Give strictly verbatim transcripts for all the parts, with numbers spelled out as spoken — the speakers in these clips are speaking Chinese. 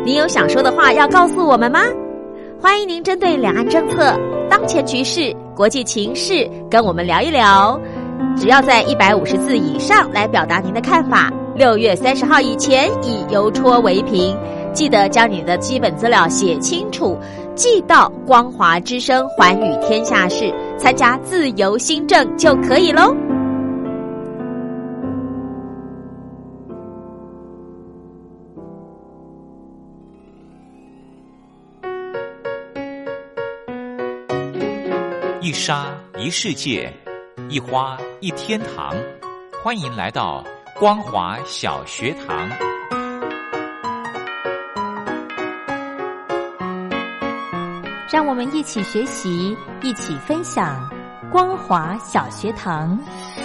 您有想说的话要告诉我们吗？欢迎您针对两岸政策、当前局势、国际情势跟我们聊一聊。只要在一百五十字以上来表达您的看法，六月三十号以前以邮戳为凭。记得将你的基本资料写清楚，寄到光华之声寰宇天下事，参加自由新政就可以咯。 一沙一世界，一花一天堂。欢迎来到光华小学堂。 让我们一起学习，一起分享光华小学堂。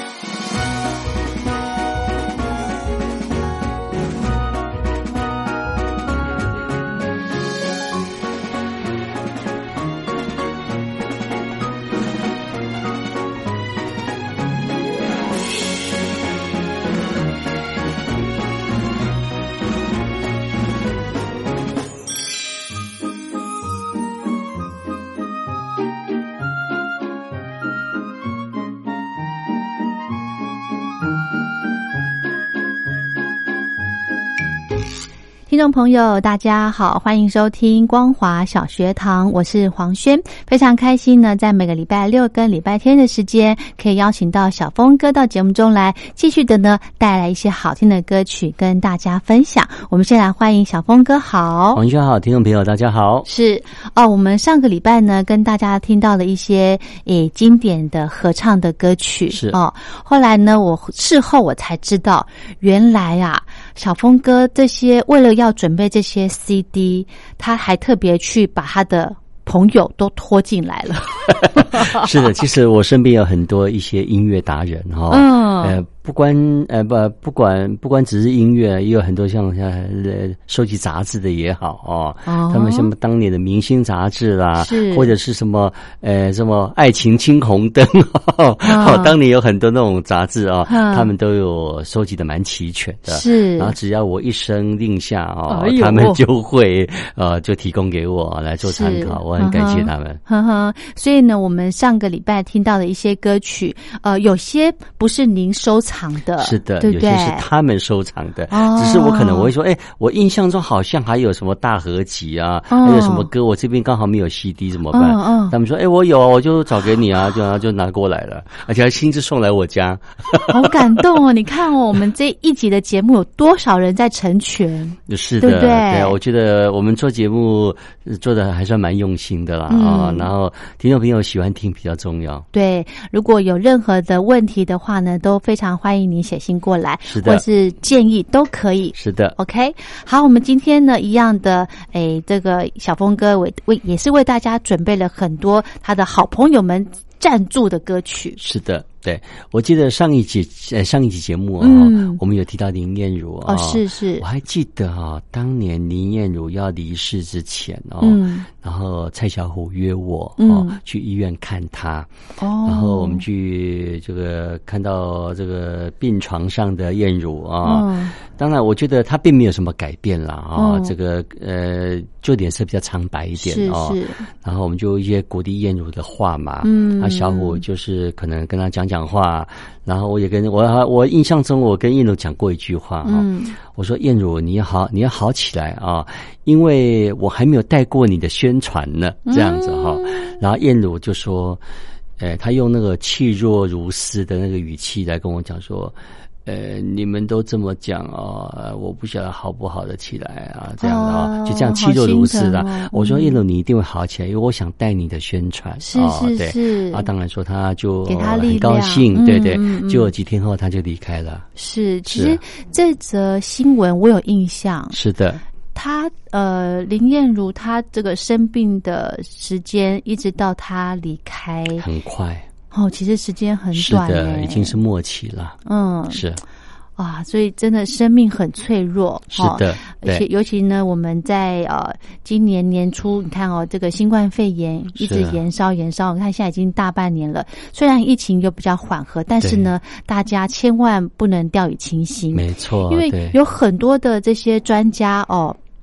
听众朋友大家好，欢迎收听光华小学堂，我是黄轩。非常开心呢，在每个礼拜六跟礼拜天的时间，可以邀请到小峰哥到节目中来，继续的呢带来一些好听的歌曲跟大家分享。我们先来欢迎小峰哥好。 黄轩好，听众朋友大家好。 是哦，我们上个礼拜呢跟大家听到了一些诶经典的合唱的歌曲， 是哦。后来呢，我事后我才知道，原来啊小峰哥这些为了要准备这些 C D， 他还特别去把他的朋友都拖进来了。 是的，其实我身边有很多一些音乐达人哈、哦，嗯，呃，不关呃不不管不管只是音乐，也有很多像像呃收集杂志的也好哦，哦他们什么当年的明星杂志啦，或者是什么呃什么爱情青红灯哦，哦当年有很多那种杂志啊、哦嗯，他们都有收集的蛮齐全的。是，然后只要我一声令下哦，哎、他们就会呃就提供给我来做参考，我很感谢他们。 呵呵，所以呢，我们上个礼拜听到的一些歌曲，呃，有些不是您收藏的， 是的， 对不对？ 有些是他们收藏的，哦、只是我可能我会说，哎，我印象中好像还有什么大合集啊，哦、还有什么歌，我这边刚好没有 C D 怎么办？哦哦、他们说，哎，我有，我就找给你啊，就然后就拿过来了，而且还亲自送来我家， 好感动哦！你看哦，我们这一集的节目有多少人在成全？ 是的，对不对？对，我觉得我们做节目做的还算蛮用心的啦，啊、嗯哦，然后听众朋友喜欢听比较重要。 对，如果有任何的问题的话呢，都非常欢迎您写信过来， 是的， 或是建议都可以。 是的 ，OK。好，我们今天呢，一样的，诶，这个小峰哥为为也是为大家准备了很多他的好朋友们赞助的歌曲。 是的。对，我记得上一集呃上一集节目啊、嗯，我们有提到林燕如啊、 哦，是是， 我还记得啊，当年林燕如要离世之前哦，嗯，然后蔡小虎约我哦、嗯、去医院看她，哦，然后我们去这个看到这个病床上的燕如啊，嗯、当然我觉得她并没有什么改变啦啊、哦，这个呃就脸色比较苍白一点哦，是是，然后我们就一些鼓励燕如的话嘛，嗯，那小虎就是可能跟他讲讲。讲话，然后我也跟我我印象中我跟燕如讲过一句话哈、嗯，我说燕如你要好你要好起来啊，因为我还没有带过你的宣传呢，这样子哈、嗯，然后燕如就说，呃，他用那个气若如丝的那个语气来跟我讲说。呃，你们都这么讲啊、哦，我不晓得好不好的起来啊，这样的啊、哦，就这样气若如丝的、哦。我说燕如你一定会好起来，因为我想带你的宣传。 是是是。 啊，当然说他就给他力量， 很高兴，对对。 嗯嗯、 结果几天后他就离开了。 是，其实这则新闻我有印象。 是的。 他呃，林燕如她这个生病的时间，一直到她离开， 很快。 哦，其实时间很短， 是的，已经是末期了。嗯，是。 啊，所以真的生命很脆弱， 是的， 哦、而且尤其呢，我们在呃今年年初，你看哦，这个新冠肺炎一直延烧延烧，你看现在已经大半年了。虽然疫情又比较缓和，但是呢，大家千万不能掉以轻心， 没错， 因为有很多的这些专家哦。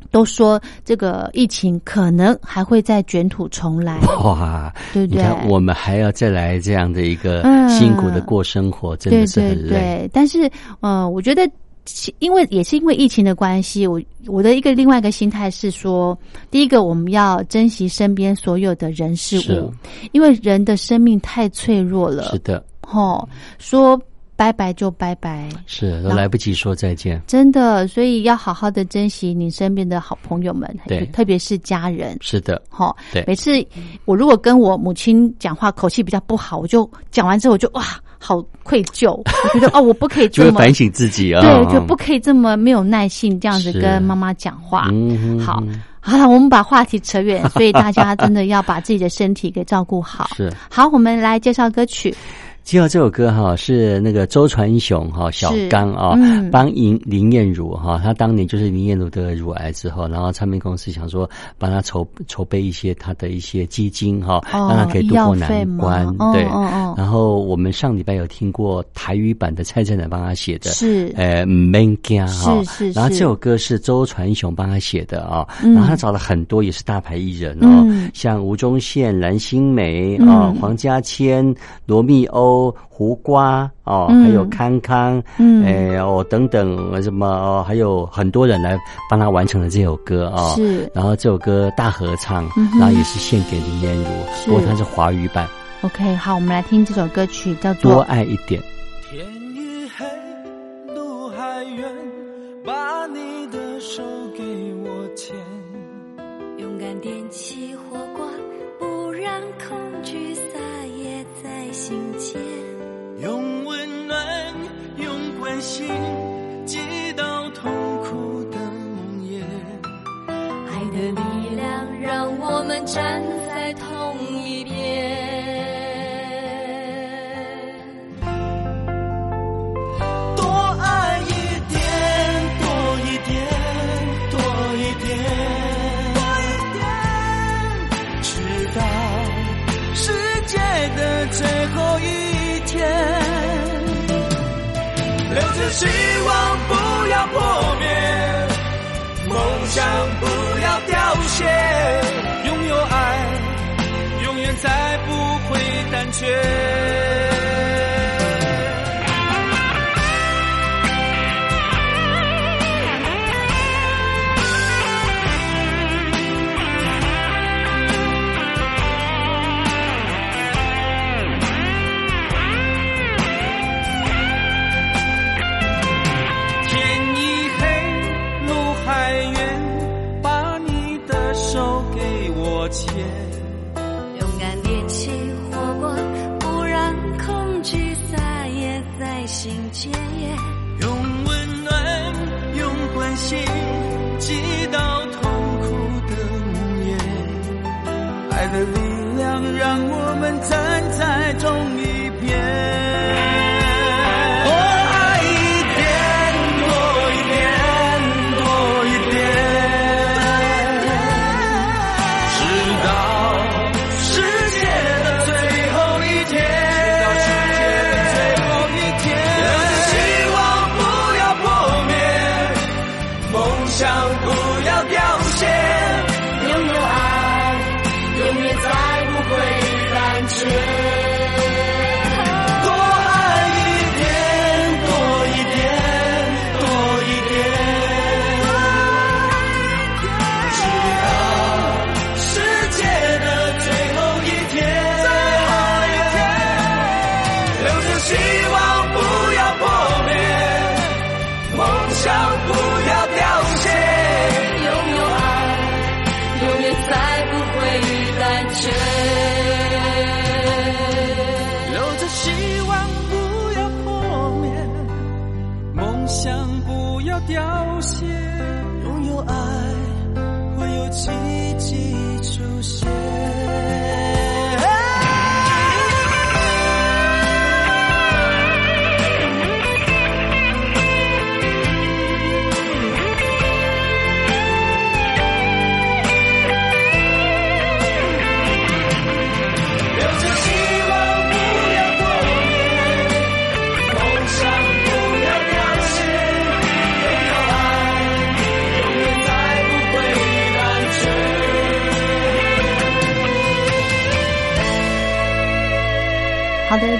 都说这个疫情可能还会再卷土重来， 哇， 对不对？ 你看我们还要再来这样的一个辛苦的过生活，嗯、真的是很累。 对对对，但是呃，我觉得因为也是因为疫情的关系，我我的一个另外一个心态是说，第一个我们要珍惜身边所有的人事物，因为人的生命太脆弱了。 是的， 齁，说拜拜就拜拜， 是都来不及说再见， 真的，所以要好好的珍惜你身边的好朋友们， 对， 特别是家人。 是的， 齁， 对， 每次我如果跟我母亲讲话口气比较不好，我就讲完之后我就哇，好愧疚，我觉得哦，我不可以这么就会反省自己啊， 对，就不可以这么没有耐性这样子跟妈妈讲话。 嗯， 好，好了，我们把话题扯远，所以大家真的要把自己的身体给照顾好。 是， 好，我们来介绍歌曲。 介绍这首歌哈，是那个周传雄哈小刚啊，嗯、帮林林燕如哈，他当年就是林燕如得乳癌之后，然后唱片公司想说帮他筹筹备一些他的一些基金哈，哦、让他可以度过难关。对，哦哦、然后我们上礼拜有听过台语版的蔡振南帮他写的， 是呃免惊哈， 是是， 然后这首歌是周传雄帮他写的啊，嗯、然后他找了很多也是大牌艺人哦，嗯、像吴宗宪、蓝心湄啊、黄家千、罗密欧。胡瓜哦，嗯、还有康康，嗯，诶、呃、哦等等什么哦，还有很多人来帮他完成了这首歌哦。 是， 然后这首歌大合唱，嗯、然后也是献给林燕如，不过它是华语版。 OK， 好，我们来听这首歌曲，叫做《 多爱一点》。 天已黑，路还远，把你的手给我牵， 勇敢点起火光，不让恐惧撒野在心间。 用温暖，用关心，击倒痛苦的梦魇。 爱的力量让我们站在同一边。 多爱一点，多一点，多一点，多一点，直到世界的最后一天。留着希望不要破灭，梦想不要凋谢，拥有爱永远再不会胆怯。 勇敢点起火光，不让恐惧撒野在心间。 用温暖，用关心，击倒痛苦的梦魇。爱的力量让我们站在同一边。永远再不会胆怯。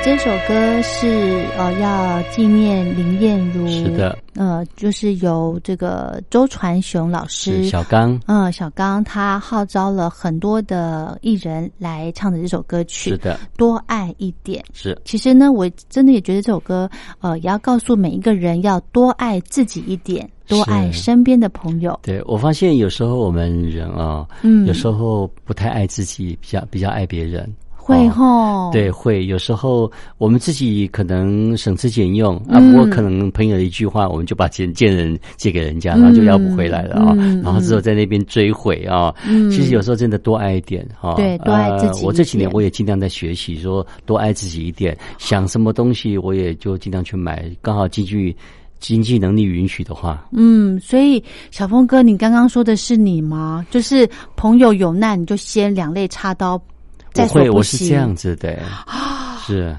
这首歌是呃要纪念林燕如， 是的， 呃，就是由这个周传雄老师小刚， 嗯，小刚他号召了很多的艺人来唱的这首歌曲， 是的， 多爱一点。 是， 其实呢，我真的也觉得这首歌，呃，也要告诉每一个人要多爱自己一点。多爱身边的朋友。 对，我发现有时候我们人啊，嗯，有时候不太爱自己，比较比较爱别人。 会吼、哦， 对，会有时候我们自己可能省吃俭用、嗯、啊，不过可能朋友的一句话，我们就把钱借人借给人家，然后就要不回来了啊、嗯，然后之后在那边追悔啊、嗯。其实有时候真的多爱一点啊， 对，多爱自己一点、呃。 我这几年我也尽量在学习，说多爱自己一点，想什么东西我也就尽量去买，刚好经济经济能力允许的话。 嗯，所以小峰哥，你刚刚说的是你吗？就是朋友有难，你就先两肋插刀。 我会，我是这样子的，是。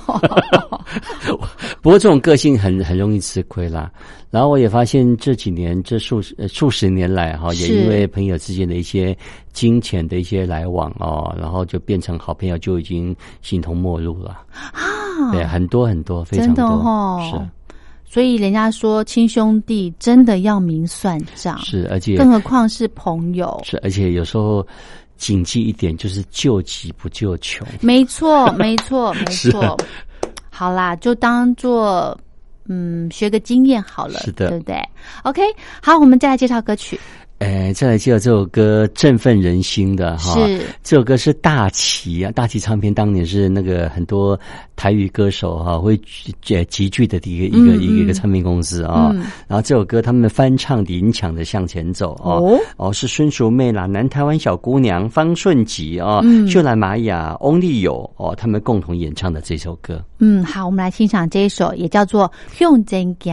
不过这种个性很很容易吃亏啦。然后我也发现这几年这数呃数十年来哈，也因为朋友之间的一些金钱的一些来往哦，然后就变成好朋友，就已经形同陌路了啊。对，很多很多，非常多，真的哦，是。 所以人家说亲兄弟真的要明算账， 是，而且更何况是朋友， 是，而且有时候。谨记一点，就是救急不救穷。 没错，没错，没错。好啦，就当做嗯学个经验好了， 是的， 对不对 ？OK， 好，我们再来介绍歌曲。 哎，再来介绍这首歌振奋人心的哈， 是这首歌是大旗啊，大旗唱片当年是那个很多台语歌手哈会集聚的一个、嗯、一个一个一个唱片公司啊、嗯，然后这首歌他们翻唱林强的《向前走》哦，哦是孙淑妹啦，南台湾小姑娘方顺吉啊，嗯、秀兰玛雅、翁立友哦，他们共同演唱的这首歌。 嗯，好，我们来欣赏这一首，也叫做《向前行》。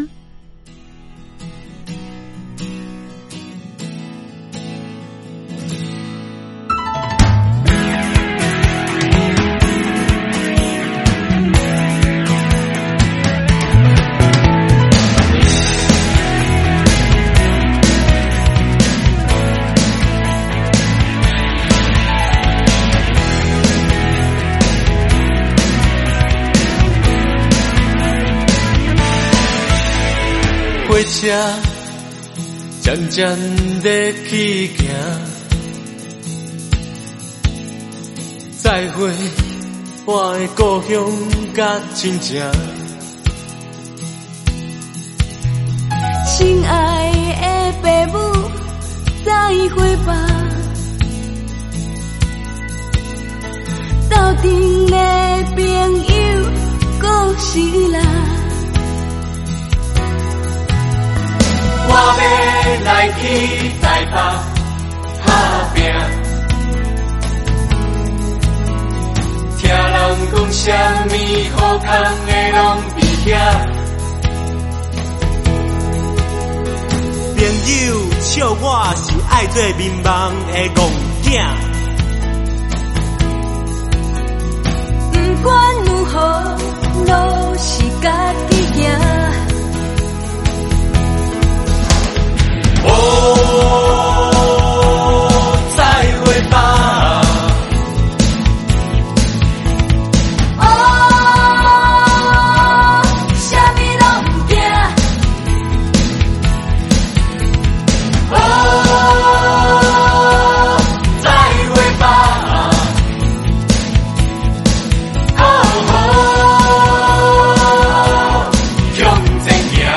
火车渐渐地去行，再会我的故乡甲亲情。 亲爱的爸母，再会吧。斗阵的朋友，故事啦。 我要来去台北打拼，听人讲什么好康的拢伫遐。朋友笑我是爱做民望的戆囝， 不管如何，路是家己行。 哦，再会吧。 哦，啥物拢不惊。 哦，再会吧。哦哦，向前行。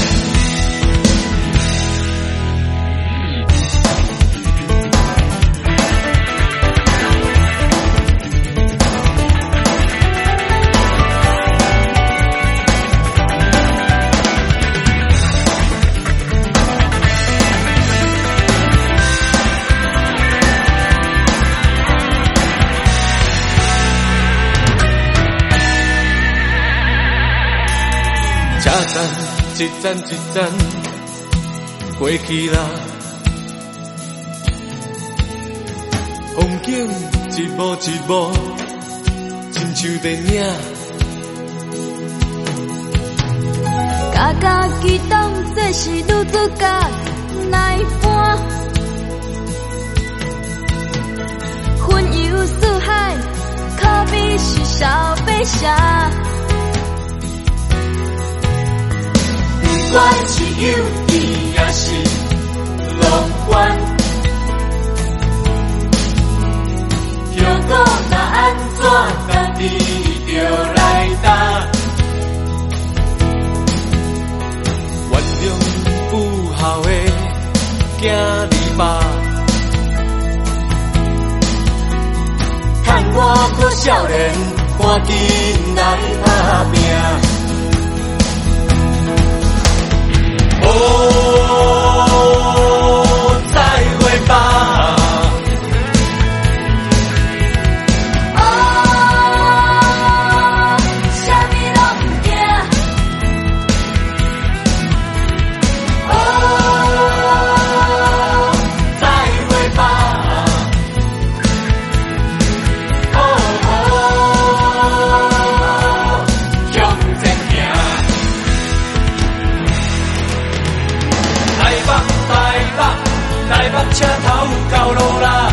车站一站一站过去啦，风景一幕一幕，亲像电影。 家家己当作是女主角来扮，魂游四海，靠比是小飞侠。不管是友谊也是乐观，结果若安怎，家己就来担。 原谅不孝的囝儿吧，趁我搁少年，赶紧来打拼。哦，再会吧。 哦，啥物拢不惊。哦， 再会吧。哦哦，向前行。台北，台北，台北车头到路啦。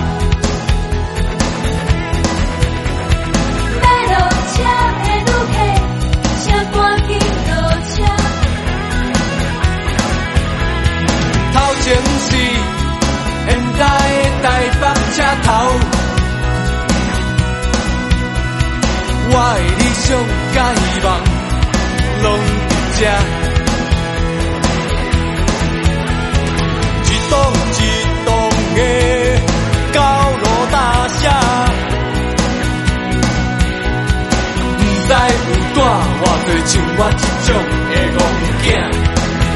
要落车的旅客，请赶紧落车。 头前是现代的台北车头，我的理想甲希望拢伫这。一栋一栋的高楼大厦，不知有带偌多像我这种的戆囝。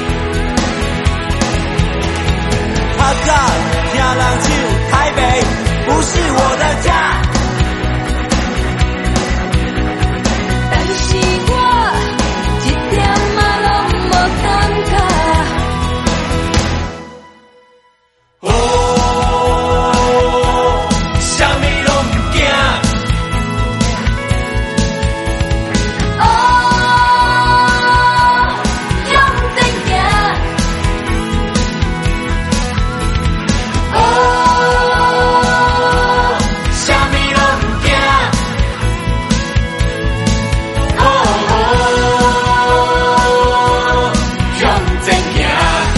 阿早听人唱台北不是我的家， 但是我一点嘛拢无感觉。 哦，啥物拢不惊。 哦，向前行。哦， 啥物拢不惊。哦，向前行。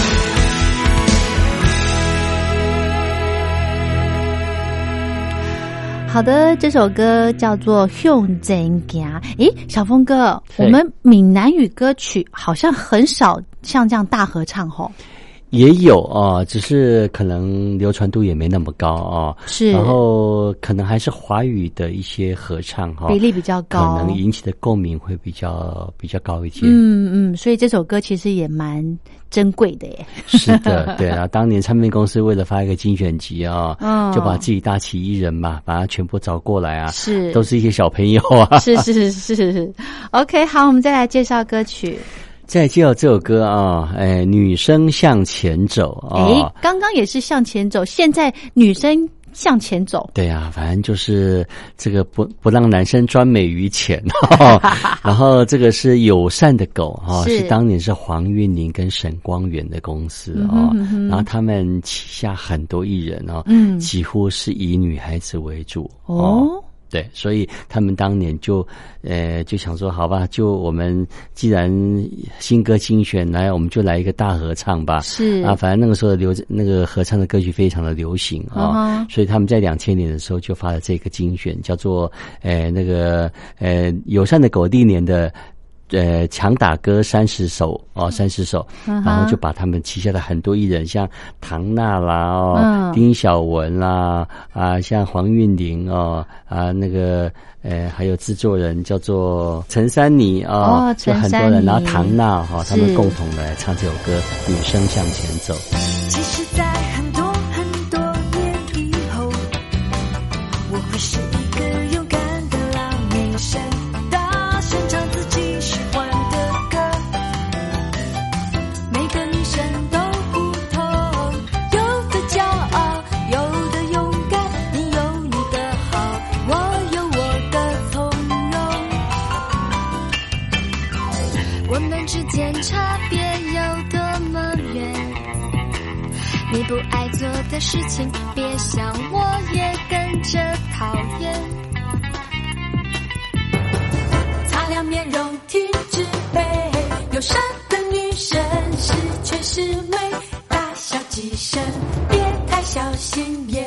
好的，这首歌叫做《向前行》。诶，小峰哥， 是我们闽南语歌曲好像很少像这样大合唱吼。 也有啊，只是可能流传度也没那么高啊。 是， 然后可能还是华语的一些合唱哈， 比例比较高， 可能引起的共鸣会比较比较高一些。 嗯嗯，所以这首歌其实也蛮珍贵的耶。 是的，对啊，当年唱片公司为了发一个精选集啊， 嗯就把自己大旗艺人嘛，把它全部找过来啊， 是， 都是一些小朋友啊。 是是是是 ，OK， 好，我们再来介绍歌曲。 再介绍这首歌啊，哎，女生向前走啊， 哎，刚刚也是向前走，现在女生向前走。 对啊，反正就是这个不不让男生专美于前然后这个是友善的狗哈，是当年是黄韵玲跟沈光远的公司啊、嗯嗯，然后他们旗下很多艺人哦，嗯，几乎是以女孩子为主哦。哦对，所以他们当年就，呃，就想说，好吧，就我们既然新歌精选来，我们就来一个大合唱吧。是啊，反正那个时候的流那个合唱的歌曲非常的流行啊、uh-huh. 所以他们在两千年的时候就发了这个精选，叫做，呃，那个呃友善的狗历年的。呃，强打歌三十首哦，三十首， uh-huh. 然后就把他们旗下的很多艺人，像唐娜啦哦、uh-huh. 丁晓雯啦啊，像黄韵玲哦啊，那个呃，还有制作人叫做陈珊妮哦， oh, 就很多人，然后唐娜哈、哦，他们共同来唱这首歌《女生向前走》。 其实，在很多很多年以后，我会是一个勇敢的老女生。之间差别有多么远，你不爱做的事情别想我也跟着讨厌， 亮面容体质美，友善的女神十全十美，大小几声别太小心眼。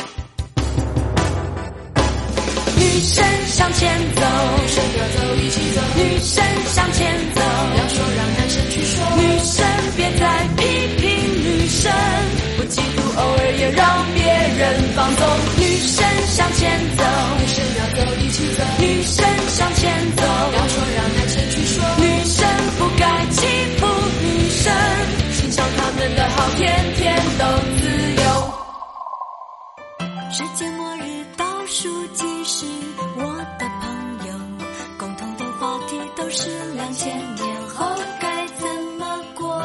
女神向前走，女神要走一起走，女神向前走，要说让男生去说，女神别再批评女神，不嫉妒偶尔也让别人放纵。女神向前走，女神要走一起走，女神向前走，要说让男生去说，女神不该欺负女神，欣赏他们的好，天天都自由。世界末日倒数计时，我的朋友，共同的话题都是两千年后该怎么过。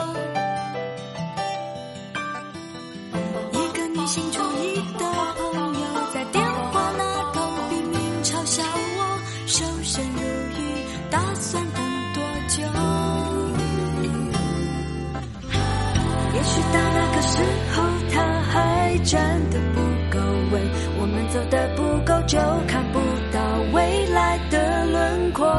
一个女性主义的朋友在电话那头拼命嘲笑我，守身如玉，打算等多久？也许到那个时候他还真的不够稳，我们走得不够就看不到未来的轮廓。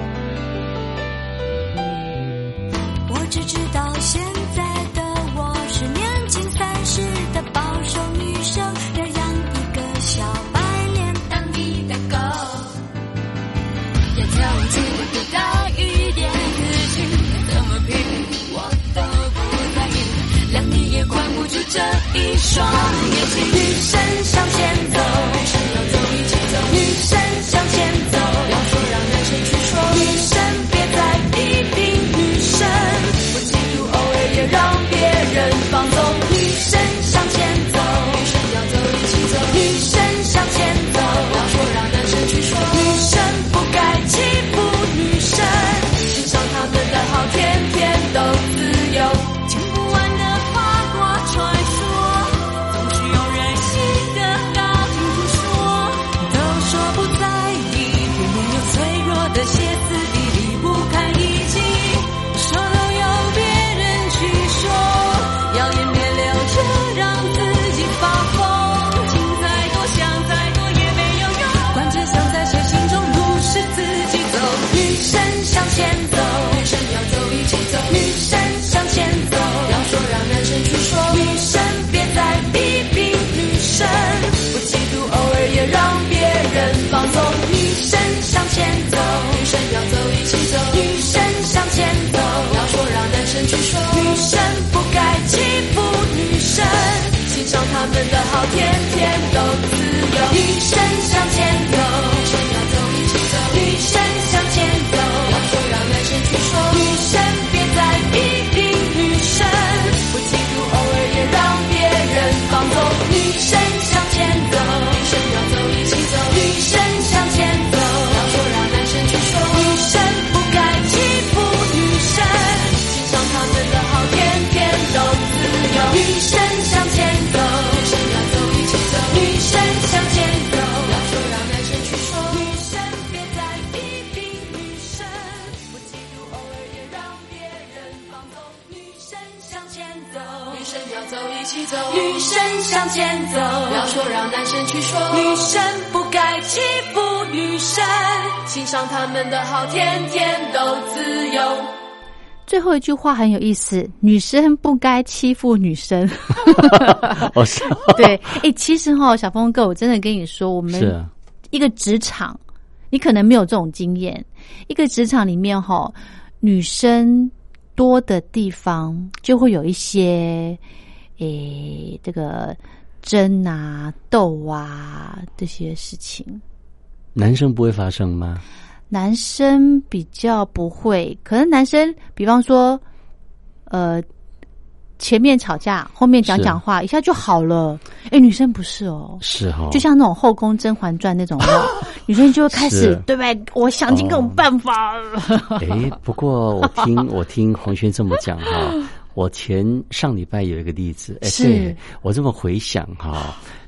我只知道现在的我是年轻三十的保守女生，要养一个小白脸当你的狗，要跳舞起舞到一点自信，怎么拼我都不在意，让你也关不住这一双眼睛。女神向前走，女神要走一起走，女神向前走，要说让男生去说，女神别再批评女神，不嫉妒偶尔也让别人放纵。女神向前走，女神要走一起走，女神向前走，要说让男生去说，女神不该欺负女神，欣赏他们的好，天天都自由。听不完的八卦传说，总是有人气的道听途说，都说不在意，偏偏有脆弱的歇斯底里不堪一击，说都由别人去说，谣言别留着让自己发疯，听再多想再多也没有用，关键想在谁心中如是自己走。女神向前走，女神要走一起走，女神向前走，要说让男生去说，女神别再批评女神，不嫉妒偶尔也让别人放纵。女神向前走，女神要走一起走，女神向前走，要说让男生去说，女神不该欺负女神，欣赏他们的好，天天都自由。女神向前走，女神要走一起走，女神向前走，要说让男生去说，女神别再批评女神，不嫉妒偶尔也让别人放纵。女神向前走，女神要走一起走，女神向前走，要说让男生去说，女神不该欺负女神，欣赏他们的好，天天都自由。女神向前走，女神要走一起走，女神向前走，要说让男生去说，女神别再批评女神，不嫉妒偶尔也让别人放纵。女神向前走，女神要走一起走，女神向前走，要说让男生去说，女神不该欺负女神，欣赏他们的好，天天都自由。 最后一句话很有意思，女生不该欺负女生。 哦，是对，哎、欸，其实哈、哦，小峰哥，我真的跟你说，我们一个职场，你可能没有这种经验，一个职场里面哈、哦，女生多的地方就会有一些，诶、欸，这个争啊、斗啊这些事情。 男生不会发生吗？ 男生比较不会，可能男生比方说呃前面吵架后面讲讲话一下就好了，诶，女生不是哦， 是哦， 就像那种后宫甄嬛传那种女生就会开始对不对，我想尽各种办法。 诶，不过我听我听黄轩这么讲哈，我前上礼拜有一个例子，诶，对，我这么回想哈，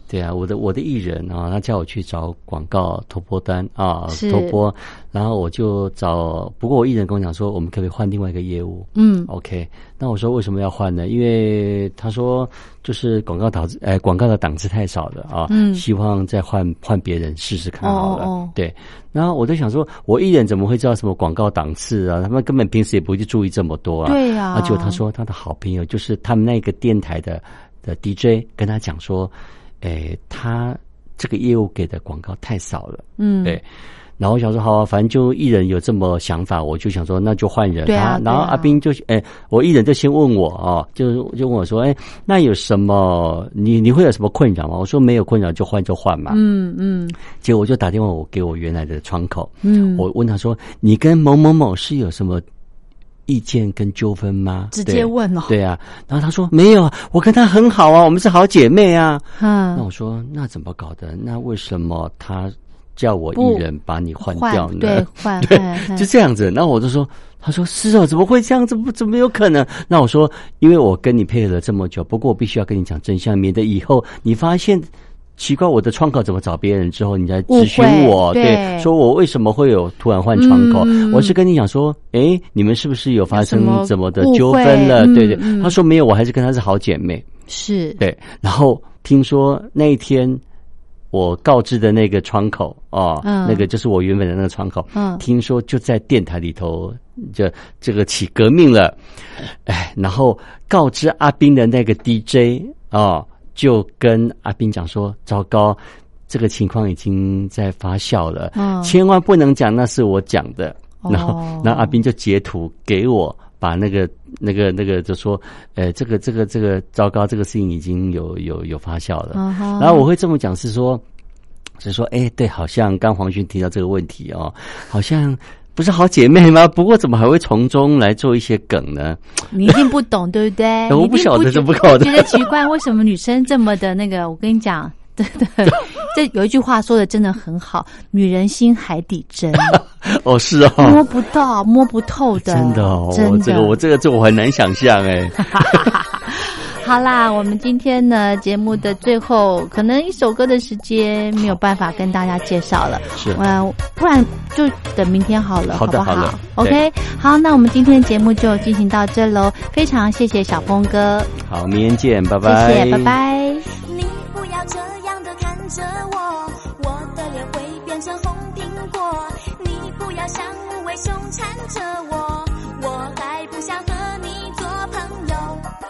对啊，我的我的艺人啊，他叫我去找广告投播单啊，投播，然后我就找，不过我艺人跟我讲说，我们可不可以换另外一个业务？嗯 ，OK。那我说为什么要换呢？因为他说就是广告导致，呃，广告的档次太少了啊，嗯，希望再换换别人试试看好了。哦哦对，然后我就想说，我艺人怎么会知道什么广告档次啊？他们根本平时也不会去注意这么多啊。 对呀、啊。 而且他说他的好朋友就是他们那个电台的的 D J 跟他讲说。诶，他这个业务给的广告太少了，嗯，对。然后我想说，好、啊，反正就艺人有这么想法，我就想说，那就换人。 对啊。 然后阿斌就，诶，我艺人就先问我啊，就就问我说，诶，那有什么你你会有什么困扰吗？我说没有困扰，就换就换嘛。嗯嗯。结果我就打电话我给我原来的窗口，嗯，我问他说，你跟某某某是有什么意见跟纠纷吗？ 直接问哦。 对啊，然后他说没有啊，我跟他很好啊，我们是好姐妹啊。嗯，那我说那怎么搞的？那为什么他叫我艺人把你换掉呢？ 对，换对，就这样子。然后我就说，他说是哦，怎么会这样子？不怎么有可能？那我说，因为我跟你配合了这么久，不过我必须要跟你讲真相，免得以后你发现。奇怪，我的窗口怎么找别人之后，你才质询我？对，对，说我为什么会有突然换窗口？嗯、我是跟你讲说，诶，你们是不是有发生怎么的纠纷了？对对，嗯、他说没有，我还是跟他是好姐妹。 是， 对。然后听说那一天我告知的那个窗口哦，嗯、那个就是我原本的那个窗口，嗯，听说就在电台里头，就这个起革命了，哎，然后告知阿斌的那个 D J 哦。就跟阿斌讲说，糟糕，这个情况已经在发酵了，嗯、千万不能讲那是我讲的。哦、然后，然后阿斌就截图给我，把那个、那个、那个就说，呃，这个、这个、这个糟糕，这个事情已经有有有发酵了。嗯、然后我会这么讲是说，是说，哎，对，好像刚黄勋提到这个问题哦，好像。不是好姐妹吗？不过怎么还会从中来做一些梗呢？ 你一定不懂，对不对？ 我不晓得，这不搞的。 觉得奇怪，为什么女生这么的那个？我跟你讲，对对，这有一句话说的真的很好，女人心海底针。 哦，是哦， 摸不到、摸不透的， 真的哦， 真的， 这个我这个这我很难想象哎。 好啦，我们今天呢节目的最后，可能一首歌的时间没有办法跟大家介绍了， 是， 嗯，不然就等明天好了， 好的， 好不好？ 好了 ，OK， 好，那我们今天的节目就进行到这喽，非常谢谢小峰哥， 好，明天见，拜拜， 谢谢，拜拜。 你不要这样的看着我，我的脸会变成红苹果，你不要像无尾熊缠着我，我还不想和你做朋友。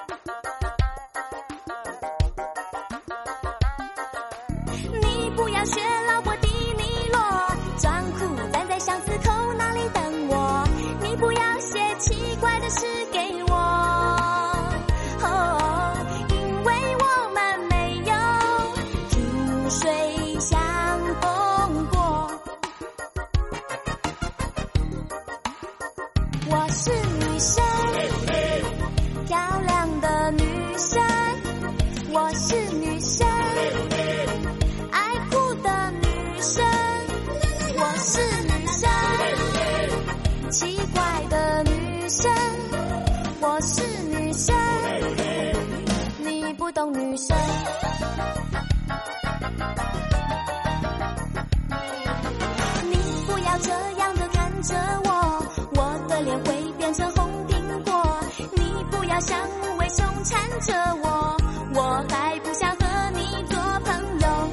你不要学老婆迪尼洛，装酷站在巷子口那里等我，你不要写奇怪的诗给我，哦，因为我们没有萍水相逢过。我是女生，漂亮的女生，我是女生，爱哭的女生，我是女生，奇怪的女生，我是女生，你不懂女生。你不要这样的看着我，我的脸会变成红苹果，你不要像无尾熊缠着我，我还不想和你做朋友。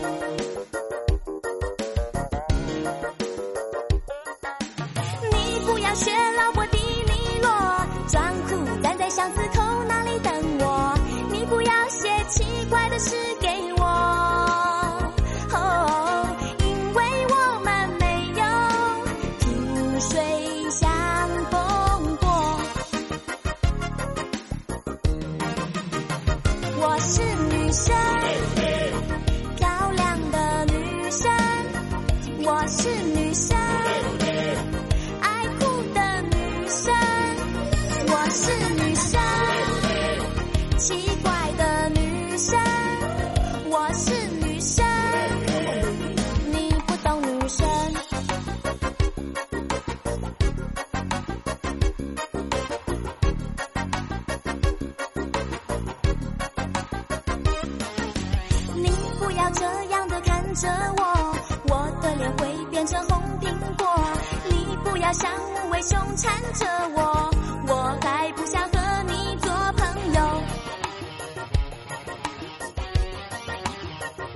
你不要学老婆迪尼洛，装酷站在巷子口那里等我，你不要写奇怪的诗给我，哦，因为我们没有萍水相逢过。我是女生，漂亮的女生，我是女生，爱哭的女生，我是女生，奇怪的女生， 着我，我的脸会变成红苹果，你不要像无尾熊缠着我。